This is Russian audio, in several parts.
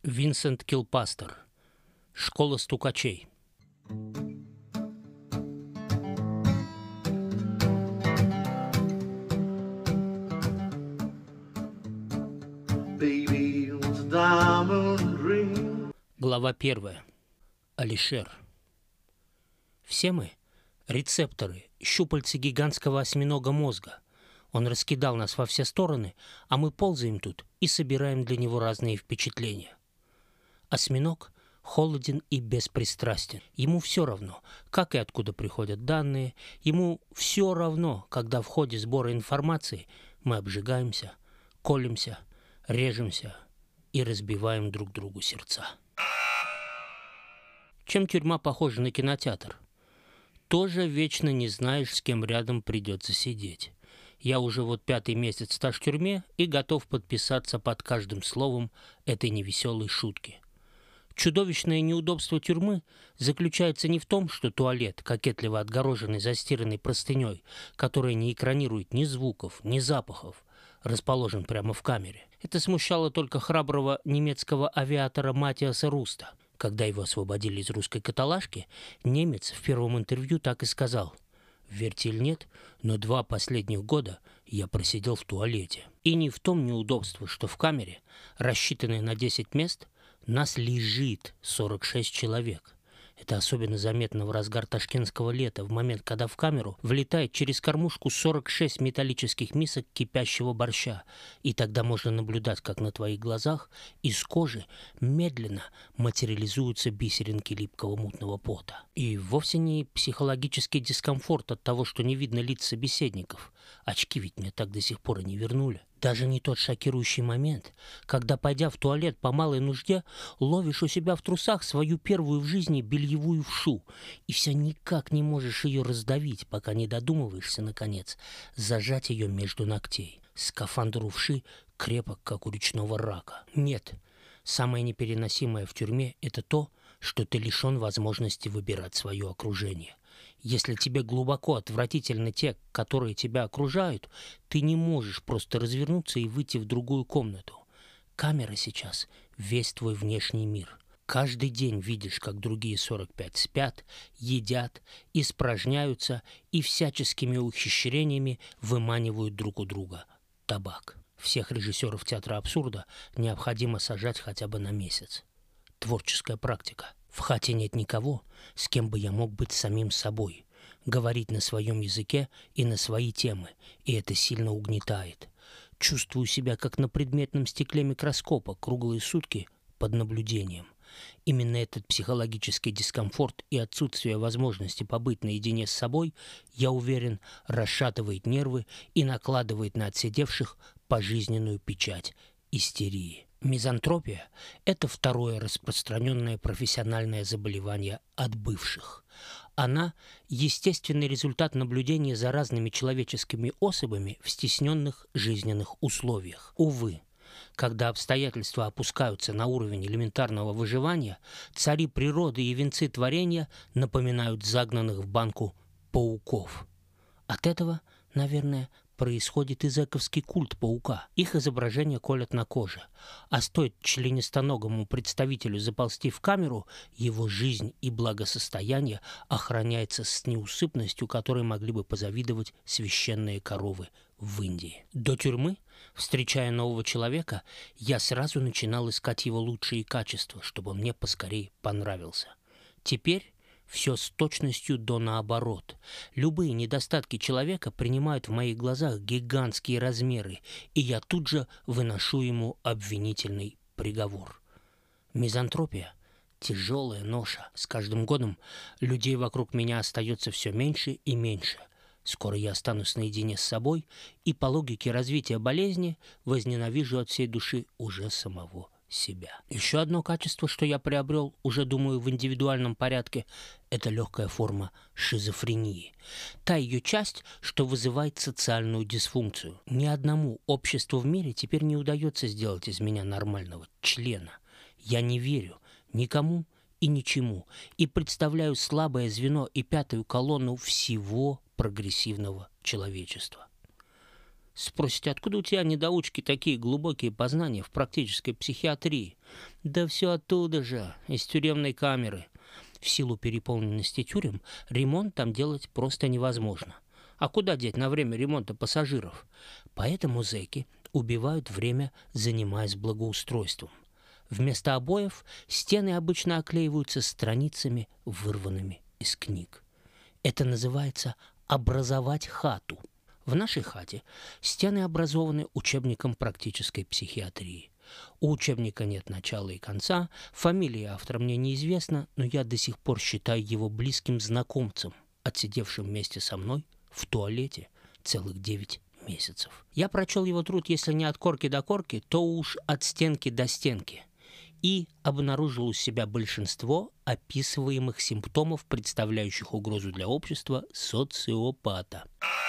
Винсент Килпастер. Школа стукачей. Глава 1. Алишер. Все мы — рецепторы, щупальцы гигантского осьминога мозга. Он раскидал нас во все стороны, а мы ползаем тут и собираем для него разные впечатления. Осьминог холоден и беспристрастен. Ему все равно, как и откуда приходят данные. Ему все равно, когда в ходе сбора информации мы обжигаемся, колемся, режемся и разбиваем друг другу сердца. Чем тюрьма похожа на кинотеатр? Тоже вечно не знаешь, с кем рядом придется сидеть. Я уже 5-й месяц стаж в тюрьме и готов подписаться под каждым словом этой невеселой шутки. Чудовищное неудобство тюрьмы заключается не в том, что туалет, кокетливо отгороженный застиранной простыней, которая не экранирует ни звуков, ни запахов, расположен прямо в камере. Это смущало только храброго немецкого авиатора Матиаса Руста. Когда его освободили из русской каталажки, немец в первом интервью так и сказал: «Верьте или нет, но 2 последних года я просидел в туалете». И не в том неудобство, что в камере, рассчитанной на 10 мест, нас лежит 46 человек. Это особенно заметно в разгар ташкентского лета, в момент, когда в камеру влетает через кормушку 46 металлических мисок кипящего борща. И тогда можно наблюдать, как на твоих глазах из кожи медленно материализуются бисеринки липкого мутного пота. И вовсе не психологический дискомфорт от того, что не видно лиц собеседников. Очки ведь мне так до сих пор и не вернули. Даже не тот шокирующий момент, когда, пойдя в туалет по малой нужде, ловишь у себя в трусах свою первую в жизни бельевую вшу, и все никак не можешь ее раздавить, пока не додумываешься, наконец, зажать ее между ногтей. Скафандр у вши крепок, как у речного рака. Нет, самое непереносимое в тюрьме – это то, что ты лишен возможности выбирать свое окружение. Если тебе глубоко отвратительны те, которые тебя окружают, ты не можешь просто развернуться и выйти в другую комнату. Камера сейчас – весь твой внешний мир. Каждый день видишь, как другие 45 спят, едят, испражняются и всяческими ухищрениями выманивают друг у друга табак. Всех режиссеров театра абсурда необходимо сажать хотя бы на месяц. Творческая практика. В хате нет никого, с кем бы я мог быть самим собой, говорить на своем языке и на свои темы, и это сильно угнетает. Чувствую себя как на предметном стекле микроскопа круглые сутки под наблюдением. Именно этот психологический дискомфорт и отсутствие возможности побыть наедине с собой, я уверен, расшатывает нервы и накладывает на отсидевших пожизненную печать истерии. Мизантропия – это второе распространенное профессиональное заболевание отбывших. Она – естественный результат наблюдения за разными человеческими особями в стесненных жизненных условиях. Увы, когда обстоятельства опускаются на уровень элементарного выживания, цари природы и венцы творения напоминают загнанных в банку пауков. От этого, наверное, происходит и зэковский культ паука. Их изображения колят на коже. А стоит членистоногому представителю заползти в камеру, его жизнь и благосостояние охраняется с неусыпностью, которой могли бы позавидовать священные коровы в Индии. До тюрьмы, встречая нового человека, я сразу начинал искать его лучшие качества, чтобы он мне поскорее понравился. Теперь все с точностью до наоборот. Любые недостатки человека принимают в моих глазах гигантские размеры, и я тут же выношу ему обвинительный приговор. Мизантропия – тяжелая ноша. С каждым годом людей вокруг меня остается все меньше и меньше. Скоро я останусь наедине с собой, и по логике развития болезни возненавижу от всей души уже самого себя. Еще одно качество, что я приобрел, уже, думаю, в индивидуальном порядке, это легкая форма шизофрении. Та ее часть, что вызывает социальную дисфункцию. Ни одному обществу в мире теперь не удается сделать из меня нормального члена. Я не верю никому и ничему, и представляю слабое звено и пятую колонну всего прогрессивного человечества. Спросите, откуда у тебя, недоучки, такие глубокие познания в практической психиатрии? Да все оттуда же, из тюремной камеры. В силу переполненности тюрем ремонт там делать просто невозможно. А куда деть на время ремонта пассажиров? Поэтому зэки убивают время, занимаясь благоустройством. Вместо обоев стены обычно оклеиваются страницами, вырванными из книг. Это называется «образовать хату». В нашей хате стены образованы учебником практической психиатрии. У учебника нет начала и конца, фамилия автора мне неизвестна, но я до сих пор считаю его близким знакомцем, отсидевшим вместе со мной в туалете целых 9 месяцев. Я прочел его труд, если не от корки до корки, то уж от стенки до стенки. И обнаружил у себя большинство описываемых симптомов, представляющих угрозу для общества социопата.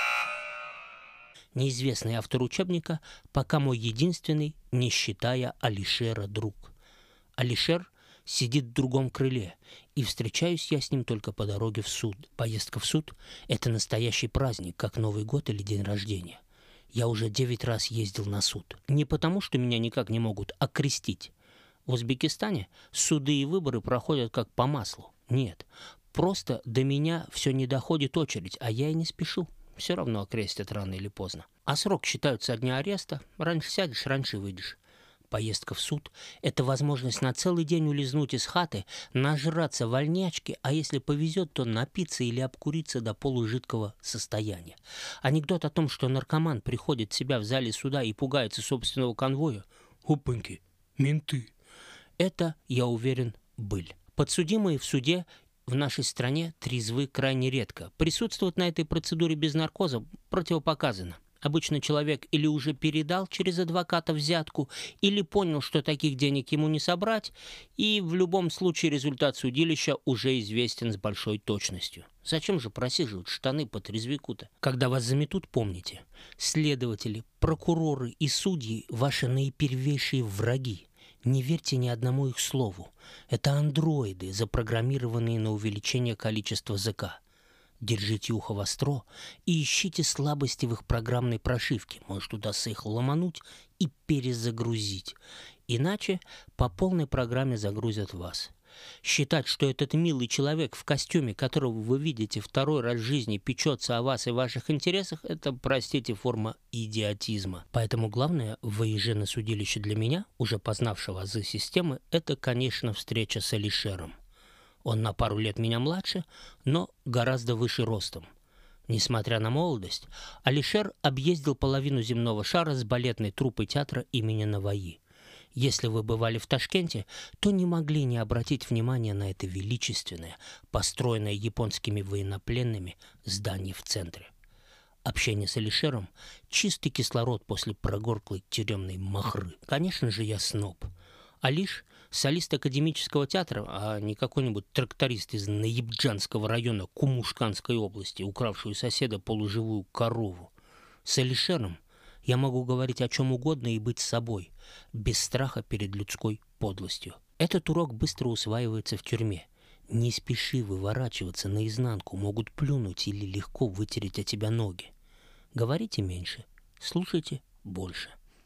Неизвестный автор учебника пока мой единственный, не считая Алишера, друг. Алишер сидит в другом крыле, и встречаюсь я с ним только по дороге в суд. Поездка в суд – это настоящий праздник, как Новый год или день рождения. Я уже 9 раз ездил на суд. Не потому, что меня никак не могут окрестить. В Узбекистане суды и выборы проходят как по маслу. Нет, просто до меня все не доходит очередь, а я и не спешу. Все равно окрестят рано или поздно. А срок считают со дня ареста. Раньше сядешь, раньше выйдешь. Поездка в суд – это возможность на целый день улизнуть из хаты, нажраться вольнячки, а если повезет, то напиться или обкуриться до полужидкого состояния. Анекдот о том, что наркоман приходит в себя в зале суда и пугается собственного конвоя – опаньки, менты. Это, я уверен, быль. Подсудимые в суде в нашей стране трезвы крайне редко. Присутствовать на этой процедуре без наркоза противопоказано. Обычно человек или уже передал через адвоката взятку, или понял, что таких денег ему не собрать, и в любом случае результат судилища уже известен с большой точностью. Зачем же просиживать штаны по трезвику-то? Когда вас заметут, помните, следователи, прокуроры и судьи – ваши наипервейшие враги. Не верьте ни одному их слову. Это андроиды, запрограммированные на увеличение количества ЗК. Держите ухо востро и ищите слабости в их программной прошивке. Может, удастся их ломануть и перезагрузить. Иначе по полной программе загрузят вас. Считать, что этот милый человек в костюме, которого вы видите второй раз в жизни, печется о вас и ваших интересах, это, простите, форма идиотизма. Поэтому главное в выезде на судилище для меня, уже познавшего азы системы, это, конечно, встреча с Алишером. Он на пару лет меня младше, но гораздо выше ростом. Несмотря на молодость, Алишер объездил половину земного шара с балетной труппой театра имени Наваи. Если вы бывали в Ташкенте, то не могли не обратить внимания на это величественное, построенное японскими военнопленными здание в центре. Общение с Алишером – чистый кислород после прогорклой тюремной махры. Конечно же, я сноб. Алиш – солист академического театра, а не какой-нибудь тракторист из Наебджанского района Кумушканской области, укравший у соседа полуживую корову. С Алишером я могу говорить о чем угодно и быть собой, без страха перед людской подлостью. Этот урок быстро усваивается в тюрьме. Не спеши выворачиваться наизнанку, могут плюнуть или легко вытереть от тебя ноги. Говорите меньше, слушайте больше.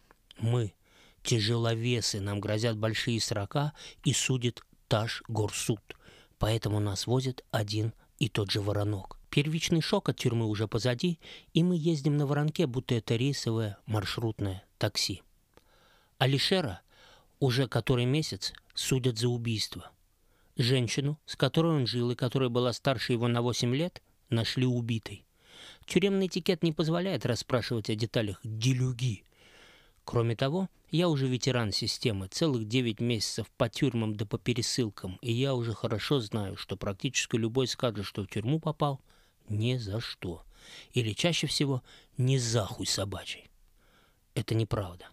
Мы тяжеловесы, нам грозят большие срока и судит Ташгорсуд, поэтому нас возит один и тот же воронок. Первичный шок от тюрьмы уже позади, и мы ездим на воронке, будто это рейсовое маршрутное такси. Алишера уже который месяц судят за убийство. Женщину, с которой он жил и которая была старше его на 8 лет, нашли убитой. Тюремный этикет не позволяет расспрашивать о деталях делюги. Кроме того, я уже ветеран системы, целых 9 месяцев по тюрьмам да по пересылкам, и я уже хорошо знаю, что практически любой скажет, что в тюрьму попал ни за что. Или чаще всего ни за хуй собачий. Это неправда.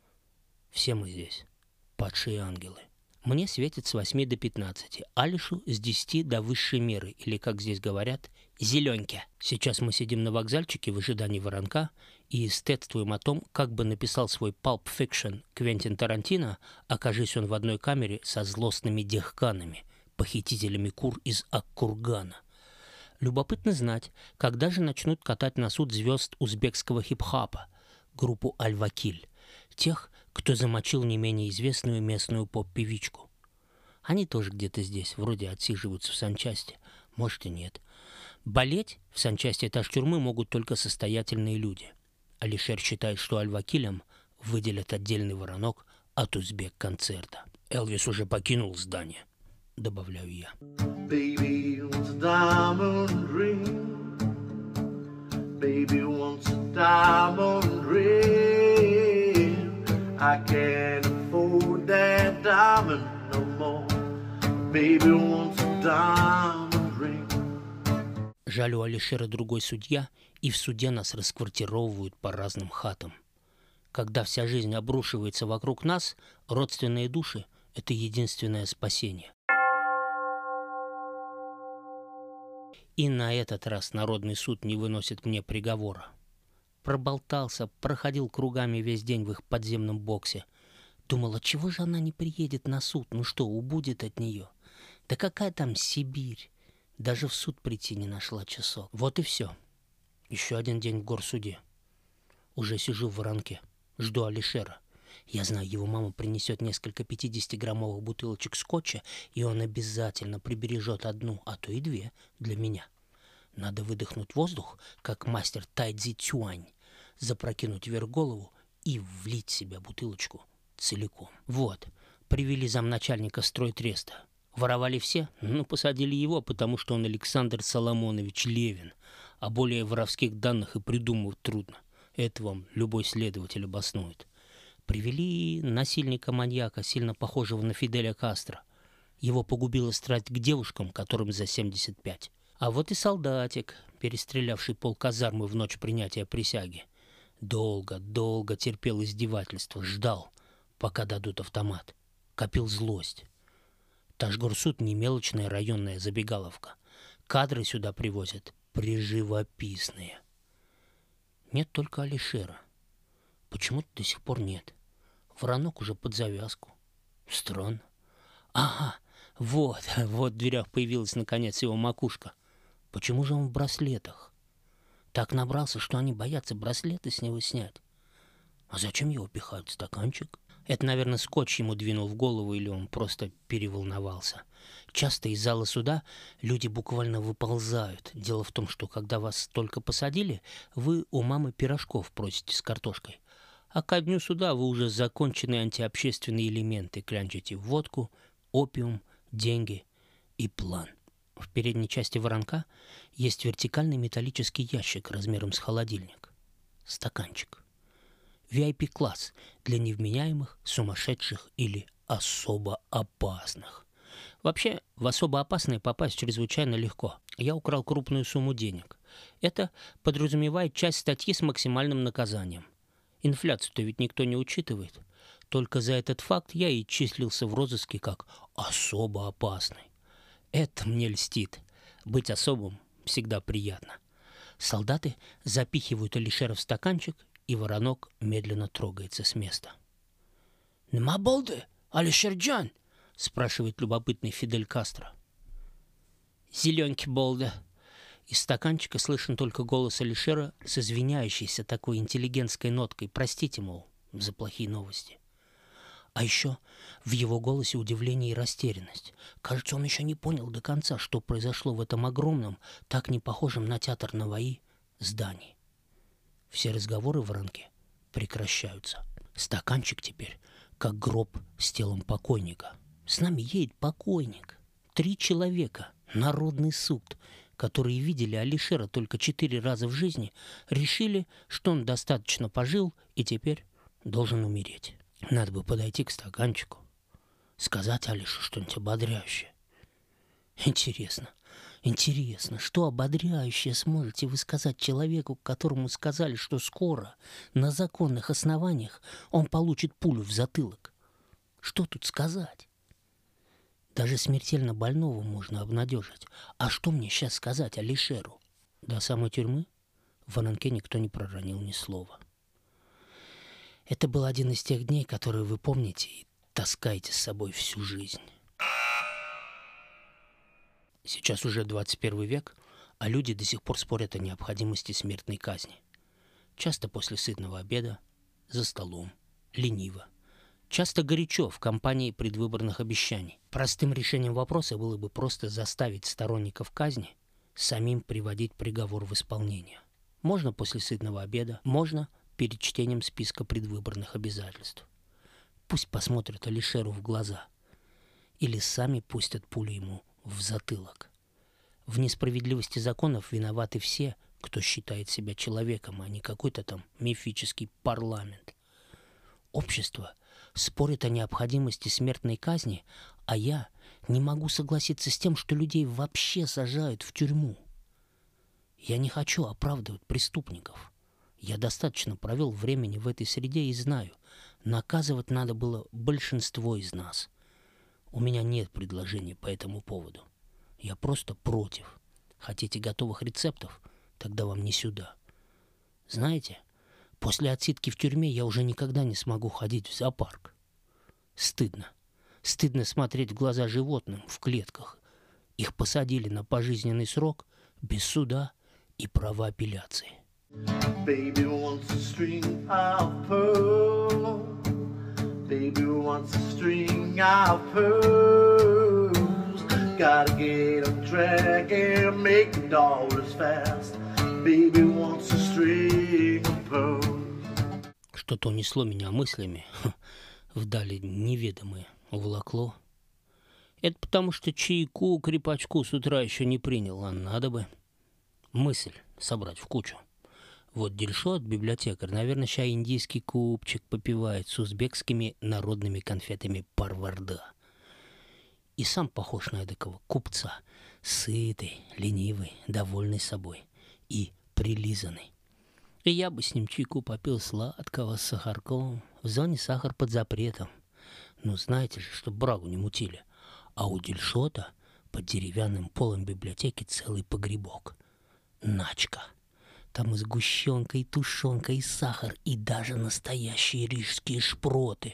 Все мы здесь падшие ангелы. Мне светит с 8 до 15, Алишу с 10 до высшей меры, или, как здесь говорят, зеленьки. Сейчас мы сидим на вокзальчике в ожидании воронка и эстетствуем о том, как бы написал свой Pulp Fiction Квентин Тарантино, окажись он в одной камере со злостными дехканами, похитителями кур из Аккургана. Любопытно знать, когда же начнут катать на суд звезд узбекского хип-хапа. группу «Аль-Вакиль», тех, кто замочил не менее известную местную поп-певичку. Они тоже где-то здесь, вроде отсиживаются в санчасти, может и нет. Болеть в санчасти таш-тюрьмы могут только состоятельные люди. Алишер считает, что Аль-Вакилям выделят отдельный воронок от узбек-концерта. Элвис уже покинул здание, добавляю я. Baby wants a diamond ring. Baby wants a diamond ring. I can't afford that diamond no more. Baby wants a diamond ring. Жаль, у Алишера другой судья, и в суде нас расквартировывают по разным хатам. Когда вся жизнь обрушивается вокруг нас, родственные души – это единственное спасение. И на этот раз Народный суд не выносит мне приговора. Проболтался, проходил кругами весь день в их подземном боксе. Думал, отчего же она не приедет на суд? Ну что, убудет от нее? Да какая там Сибирь? Даже в суд прийти не нашла часов. Вот и все. Еще один день в горсуде. Уже сижу в воронке. Жду Алишера. Я знаю, его мама принесет несколько 50-граммовых бутылочек скотча, и он обязательно прибережет одну, а то и две для меня. Надо выдохнуть воздух, как мастер Тайцзи Цюань, запрокинуть вверх голову и влить в себя бутылочку целиком. Вот, привели замначальника стройтреста. Воровали все? Ну, посадили его, потому что он Александр Соломонович Левин. А более воровских данных и придумывать трудно. Это вам любой следователь обоснует. Привели насильника-маньяка, сильно похожего на Фиделя Кастро. Его погубила страсть к девушкам, которым за 75. А вот и солдатик, перестрелявший полказармы в ночь принятия присяги. Долго терпел издевательства, ждал, пока дадут автомат. Копил злость. Ташгорсуд не мелочная районная забегаловка. Кадры сюда привозят преживописные. Нет только Алишера. Почему-то до сих пор нет. Воронок уже под завязку. Странно. Ага, вот в дверях появилась наконец его макушка. Почему же он в браслетах? Так набрался, что они боятся браслеты с него снять. А зачем его пихают в стаканчик? Это, наверное, скотч ему двинул в голову, или он просто переволновался. Часто из зала суда люди буквально выползают. Дело в том, что когда вас только посадили, вы у мамы пирожков просите с картошкой. А ко дню суда вы уже законченные антиобщественные элементы, клянчите водку, опиум, деньги и план. В передней части воронка есть вертикальный металлический ящик размером с холодильник. Стаканчик. VIP-класс для невменяемых, сумасшедших или особо опасных. Вообще, в особо опасные попасть чрезвычайно легко. Я украл крупную сумму денег. Это подразумевает часть статьи с максимальным наказанием. Инфляцию-то ведь никто не учитывает. Только за этот факт я и числился в розыске как особо опасный. Это мне льстит. Быть особым всегда приятно. Солдаты запихивают Алишера в стаканчик, и воронок медленно трогается с места. «Нема болды, Алишерджан?» — спрашивает любопытный Фидель Кастро. «Зеленки болды». Из стаканчика слышен только голос Алишера с извиняющейся такой интеллигентской ноткой. Простите, мол, за плохие новости. А еще в его голосе удивление и растерянность. Кажется, он еще не понял до конца, что произошло в этом огромном, так не похожем на театр Наваи, здании. Все разговоры в воронке прекращаются. Стаканчик теперь как гроб с телом покойника. С нами едет покойник. 3 человека. Народный суд, которые видели Алишера только 4 раза в жизни, решили, что он достаточно пожил и теперь должен умереть. Надо бы подойти к стаканчику, сказать Алише что-нибудь ободряющее. Интересно, что ободряющее сможете вы сказать человеку, которому сказали, что скоро, на законных основаниях, он получит пулю в затылок? Что тут сказать? Даже смертельно больного можно обнадежить. А что мне сейчас сказать Алишеру? До самой тюрьмы в воронке никто не проронил ни слова. Это был один из тех дней, которые вы помните и таскаете с собой всю жизнь. Сейчас уже 21 век, а люди до сих пор спорят о необходимости смертной казни. Часто после сытного обеда, за столом, лениво. Часто горячо в компании предвыборных обещаний. Простым решением вопроса было бы просто заставить сторонников казни самим приводить приговор в исполнение. Можно после сытного обеда, можно перед чтением списка предвыборных обязательств. Пусть посмотрят Алишеру в глаза. Или сами пустят пулю ему в затылок. В несправедливости законов виноваты все, кто считает себя человеком, а не какой-то там мифический парламент. Общество спорит о необходимости смертной казни, а я не могу согласиться с тем, что людей вообще сажают в тюрьму. Я не хочу оправдывать преступников. Я достаточно провел времени в этой среде и знаю, наказывать надо было большинство из нас. У меня нет предложений по этому поводу. Я просто против. Хотите готовых рецептов? Тогда вам не сюда. Знаете, после отсидки в тюрьме я уже никогда не смогу ходить в зоопарк. Стыдно. Стыдно смотреть в глаза животным в клетках. Их посадили на пожизненный срок без суда и права апелляции. Baby wants a string of pearls. Baby wants a string of pearls. Gotta get a track and make the dollars fast. Baby wants a string of pearls. Что-то унесло меня мыслями, вдали неведомое уволокло. Это потому, что чайку крепачку с утра еще не принял, а надо бы. Мысль собрать в кучу. Вот Дильшот, библиотекарь, наверное, ща индийский купчик попивает с узбекскими народными конфетами парварда. И сам похож на эдакого купца, сытый, ленивый, довольный собой и прилизанный. И я бы с ним чайку попил сладкого с сахарком. В зоне сахар под запретом. Ну, знаете же, чтоб брагу не мутили. А у Дильшота под деревянным полом библиотеки целый погребок. Начка. Там и сгущенка, и тушенка, и сахар, и даже настоящие рижские шпроты.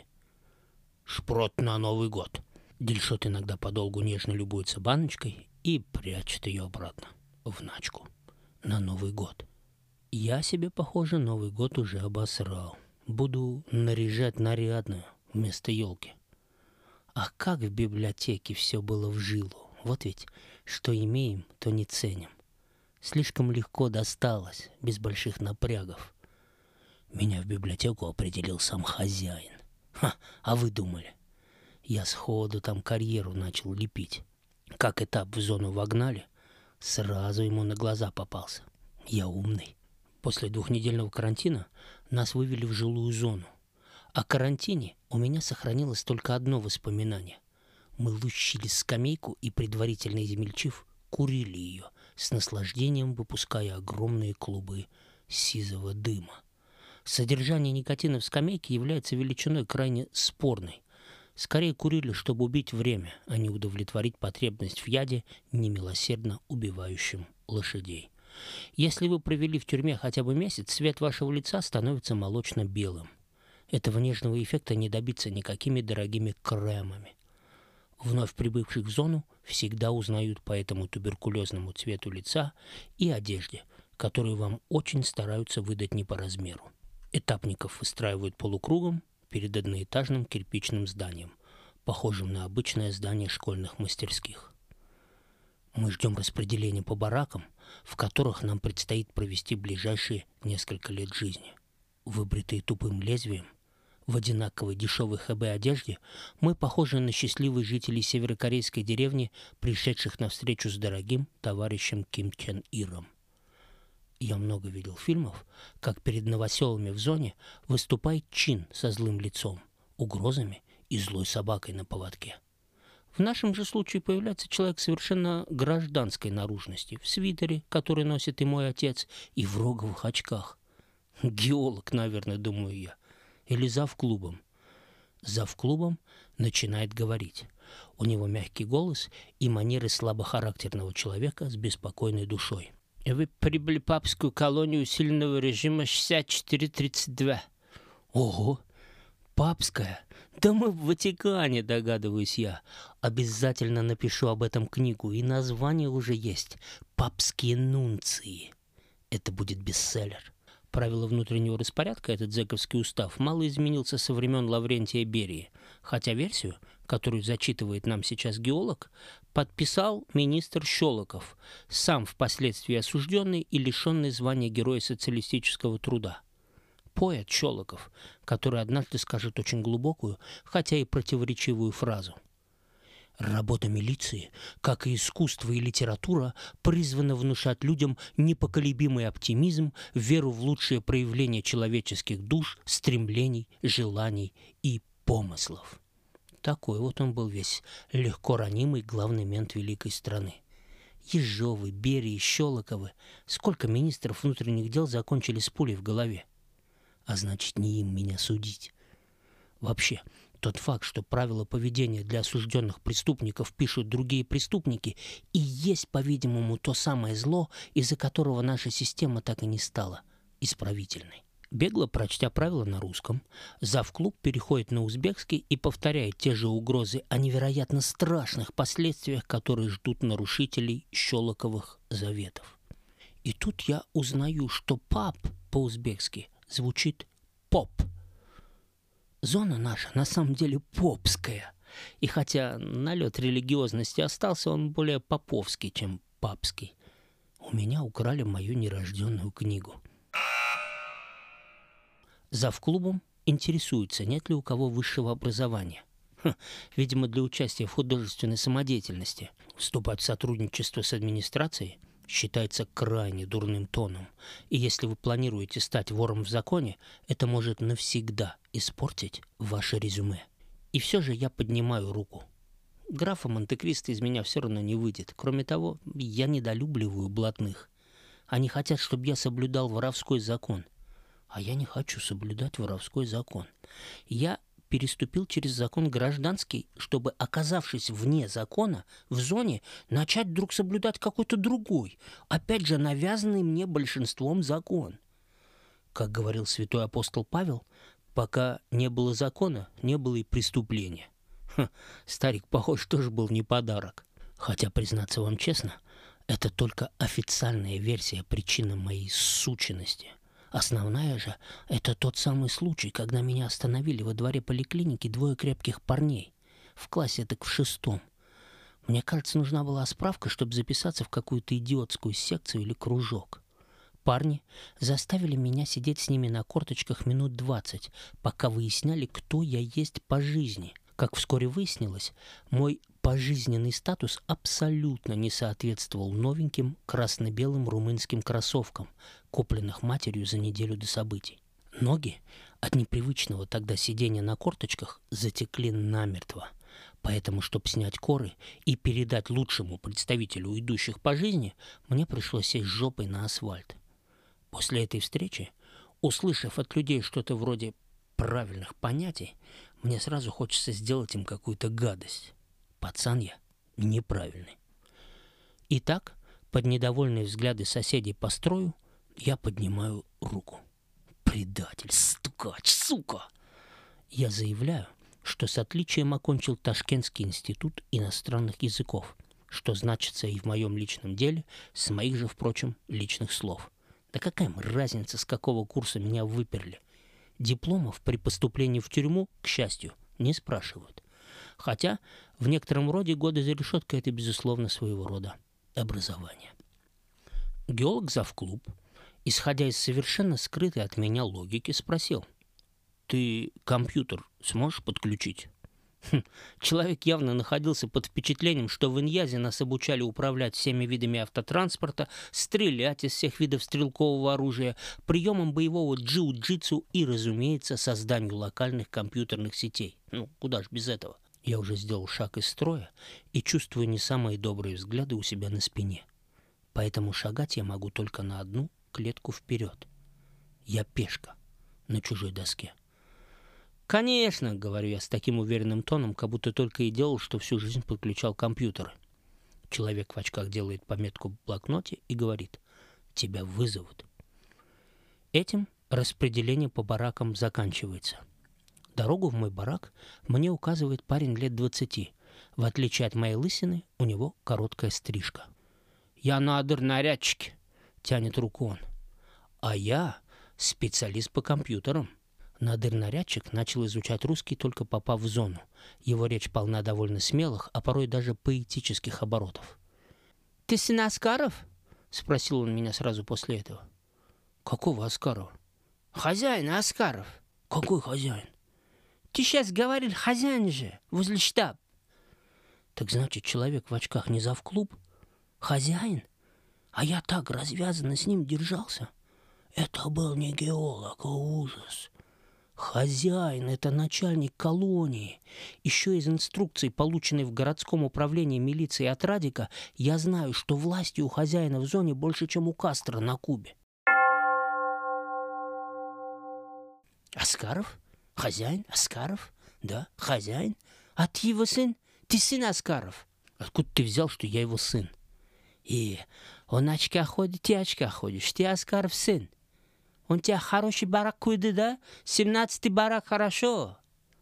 Шпрот на Новый год. Дильшот иногда подолгу нежно любуется баночкой и прячет ее обратно в начку на Новый год. Я себе, похоже, Новый год уже обосрал. Буду наряжать нарядную вместо елки. А как в библиотеке все было в жилу. Вот ведь, что имеем, то не ценим. Слишком легко досталось, без больших напрягов. Меня в библиотеку определил сам хозяин. А вы думали? Я сходу там карьеру начал лепить. Как этап в зону вогнали, сразу ему на глаза попался. Я умный. После 2-недельного карантина нас вывели в жилую зону. О карантине у меня сохранилось только одно воспоминание. Мы лущили скамейку и, предварительно измельчив, курили ее, с наслаждением выпуская огромные клубы сизого дыма. Содержание никотина в скамейке является величиной крайне спорной. Скорее курили, чтобы убить время, а не удовлетворить потребность в яде, немилосердно убивающем лошадей. Если вы провели в тюрьме хотя бы месяц, цвет вашего лица становится молочно-белым. Этого нежного эффекта не добиться никакими дорогими кремами. Вновь прибывших в зону всегда узнают по этому туберкулезному цвету лица и одежде, которую вам очень стараются выдать не по размеру. Этапников выстраивают полукругом перед одноэтажным кирпичным зданием, похожим на обычное здание школьных мастерских. Мы ждем распределения по баракам, в которых нам предстоит провести ближайшие несколько лет жизни. Выбритые тупым лезвием, в одинаковой дешевой ХБ-одежде, мы похожи на счастливых жителей северокорейской деревни, пришедших на встречу с дорогим товарищем Ким Чен Иром. Я много видел фильмов, как перед новоселами в зоне выступает Чин со злым лицом, угрозами и злой собакой на поводке. В нашем же случае появляется человек совершенно гражданской наружности, в свитере, который носит и мой отец, и в роговых очках. Геолог, наверное, думаю я. Или завклубом. Завклубом начинает говорить. У него мягкий голос и манеры слабохарактерного человека с беспокойной душой. Вы прибыли в папскую колонию усиленного режима 6432. Ого! Папская? Да мы в Ватикане, догадываюсь я. Обязательно напишу об этом книгу, и название уже есть. «Папские нунции». Это будет бестселлер. Правила внутреннего распорядка, этот зэковский устав, мало изменился со времен Лаврентия Берии, хотя версию, которую зачитывает нам сейчас геолог, подписал министр Щелоков, сам впоследствии осужденный и лишенный звания Героя социалистического труда. Поэт Щелоков, который однажды скажет очень глубокую, хотя и противоречивую фразу. Работа милиции, как и искусство и литература, призвана внушать людям непоколебимый оптимизм, веру в лучшее проявление человеческих душ, стремлений, желаний и помыслов. Такой вот он был весь легко ранимый главный мент великой страны. Ежовы, Берии, Щелоковы, сколько министров внутренних дел закончили с пулей в голове. А значит, не им меня судить. Вообще, тот факт, что правила поведения для осужденных преступников пишут другие преступники, и есть, по-видимому, то самое зло, из-за которого наша система так и не стала исправительной. Бегло прочтя правила на русском, завклуб переходит на узбекский и повторяет те же угрозы о невероятно страшных последствиях, которые ждут нарушителей Щелоковых заветов. И тут я узнаю, что пап по-узбекски звучит поп. Зона наша на самом деле попская, и хотя налет религиозности остался, он более поповский, чем папский. У меня украли мою нерожденную книгу. Завклубом интересуется, нет ли у кого высшего образования. Видимо, для участия в художественной самодеятельности вступать в сотрудничество с администрацией считается крайне дурным тоном. И если вы планируете стать вором в законе, это может навсегда испортить ваше резюме. И все же я поднимаю руку. Графа Монте-Кристо из меня все равно не выйдет. Кроме того, я недолюбливаю блатных. Они хотят, чтобы я соблюдал воровской закон. А я не хочу соблюдать воровской закон. Я переступил через закон гражданский, чтобы, оказавшись вне закона, в зоне, начать вдруг соблюдать какой-то другой, опять же навязанный мне большинством закон. Как говорил святой апостол Павел, пока не было закона, не было и преступления. Старик, похож, тоже был не подарок. Хотя, признаться вам честно, это только официальная версия причины моей сученности. Основная же – это тот самый случай, когда меня остановили во дворе поликлиники двое крепких парней. В классе так в 6-м. Мне кажется, нужна была справка, чтобы записаться в какую-то идиотскую секцию или кружок. Парни заставили меня сидеть с ними на корточках минут 20, пока выясняли, кто я есть по жизни. Как вскоре выяснилось, мой пожизненный статус абсолютно не соответствовал новеньким красно-белым румынским кроссовкам, купленных матерью за неделю до событий. Ноги от непривычного тогда сидения на корточках затекли намертво. Поэтому, чтобы снять коры и передать лучшему представителю идущих по жизни, мне пришлось сесть жопой на асфальт. После этой встречи, услышав от людей что-то вроде правильных понятий, мне сразу хочется сделать им какую-то гадость. Пацан я неправильный. Итак, под недовольные взгляды соседей по строю я поднимаю руку. Предатель, стукач, сука! Я заявляю, что с отличием окончил Ташкентский институт иностранных языков, что значится и в моем личном деле, с моих же, впрочем, личных слов. Да какая им разница, с какого курса меня выперли? Дипломов при поступлении в тюрьму, к счастью, не спрашивают. Хотя в некотором роде годы за решеткой – это, безусловно, своего рода образование. Геолог завклуб, исходя из совершенно скрытой от меня логики, спросил: «Ты компьютер сможешь подключить?» Человек явно находился под впечатлением, что в Иньязе нас обучали управлять всеми видами автотранспорта, стрелять из всех видов стрелкового оружия, приемам боевого джиу-джитсу и, разумеется, созданию локальных компьютерных сетей. Куда ж без этого? Я уже сделал шаг из строя и чувствую не самые добрые взгляды у себя на спине. Поэтому шагать я могу только на одну клетку вперед. Я пешка на чужой доске. «Конечно», — говорю я с таким уверенным тоном, как будто только и делал, что всю жизнь подключал компьютеры. Человек в очках делает пометку в блокноте и говорит: «Тебя вызовут». Этим распределение по баракам заканчивается. Дорогу в мой барак мне указывает парень лет 20. В отличие от моей лысины, у него короткая стрижка. «Я надыр нарядчик», — тянет руку он. «А я специалист по компьютерам. Надыр-нарядчик начал изучать русский, только попав в зону. Его речь полна довольно смелых, а порой даже поэтических оборотов. «Ты сын Аскаров?» — спросил он меня сразу после этого. «Какого Аскарова?» «Хозяина Аскаров». «Какой хозяин?» «Ты сейчас говорил, хозяин же, возле штаба». «Так значит, человек в очках не завклуб? Хозяин? А я так развязанно с ним держался. Это был не геолог, а ужас. Хозяин — это начальник колонии. Еще из инструкций, полученной в городском управлении милиции от Радика, я знаю, что власти у хозяина в зоне больше, чем у Кастро на Кубе». «Аскаров? Хозяин? Аскаров? Да, хозяин. А ты его сын? Ты сын Аскаров?» «Откуда ты взял, что я его сын?» «И он очка ходит, ты очка ходишь. Ты Аскаров сын. Он тебя хороший барак куйды, да? 17-й барак хорошо».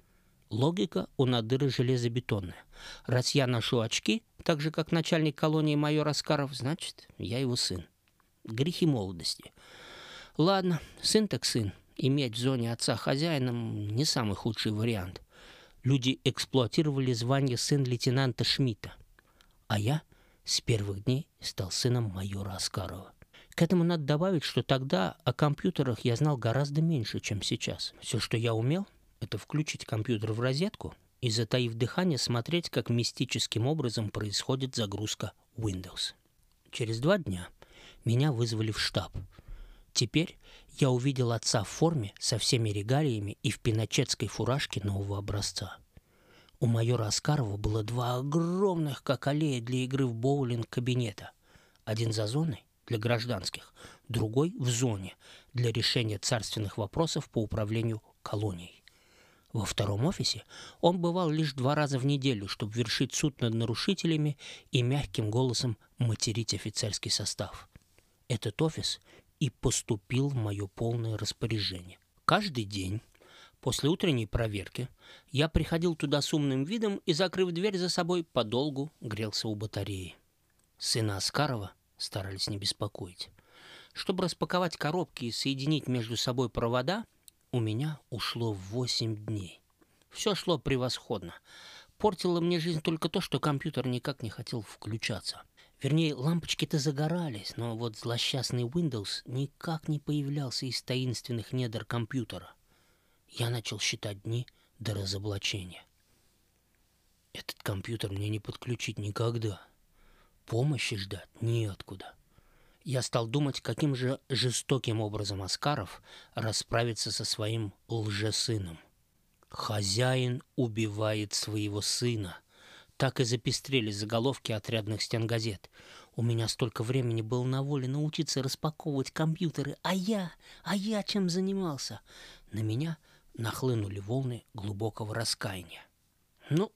Логика у Надыра железобетонная. Раз я ношу очки, так же, как начальник колонии майор Аскаров, значит, я его сын. Грехи молодости. Ладно, сын так сын. Иметь в зоне отца хозяином не самый худший вариант. Люди эксплуатировали звание сын лейтенанта Шмидта. А я с первых дней стал сыном майора Аскарова. К этому надо добавить, что тогда о компьютерах я знал гораздо меньше, чем сейчас. Все, что я умел, это включить компьютер в розетку и, затаив дыхание, смотреть, как мистическим образом происходит загрузка Windows. Через 2 дня меня вызвали в штаб. Теперь я увидел отца в форме со всеми регалиями и в пиночетской фуражке нового образца. У майора Аскарова было 2 огромных, как аллея для игры в боулинг, кабинета. Один за зоной, для гражданских, другой в зоне, для решения царственных вопросов по управлению колонией. Во втором офисе он бывал лишь 2 раза в неделю, чтобы вершить суд над нарушителями и мягким голосом материть офицерский состав. Этот офис и поступил в мое полное распоряжение. Каждый день после утренней проверки я приходил туда с умным видом и, закрыв дверь за собой, подолгу грелся у батареи. Сына Аскарова старались не беспокоить. Чтобы распаковать коробки и соединить между собой провода, у меня ушло 8 дней. Все шло превосходно. Портило мне жизнь только то, что компьютер никак не хотел включаться. Вернее, лампочки-то загорались, но вот злосчастный Windows никак не появлялся из таинственных недр компьютера. Я начал считать дни до разоблачения. Этот компьютер мне не подключить никогда. Помощи ждать неоткуда. Я стал думать, каким же жестоким образом Аскаров расправится со своим лжесыном. «Хозяин убивает своего сына». Так и запестрели заголовки отрядных стенгазет. У меня столько времени было на воле научиться распаковывать компьютеры, а я чем занимался? На меня нахлынули волны глубокого раскаяния. Ну,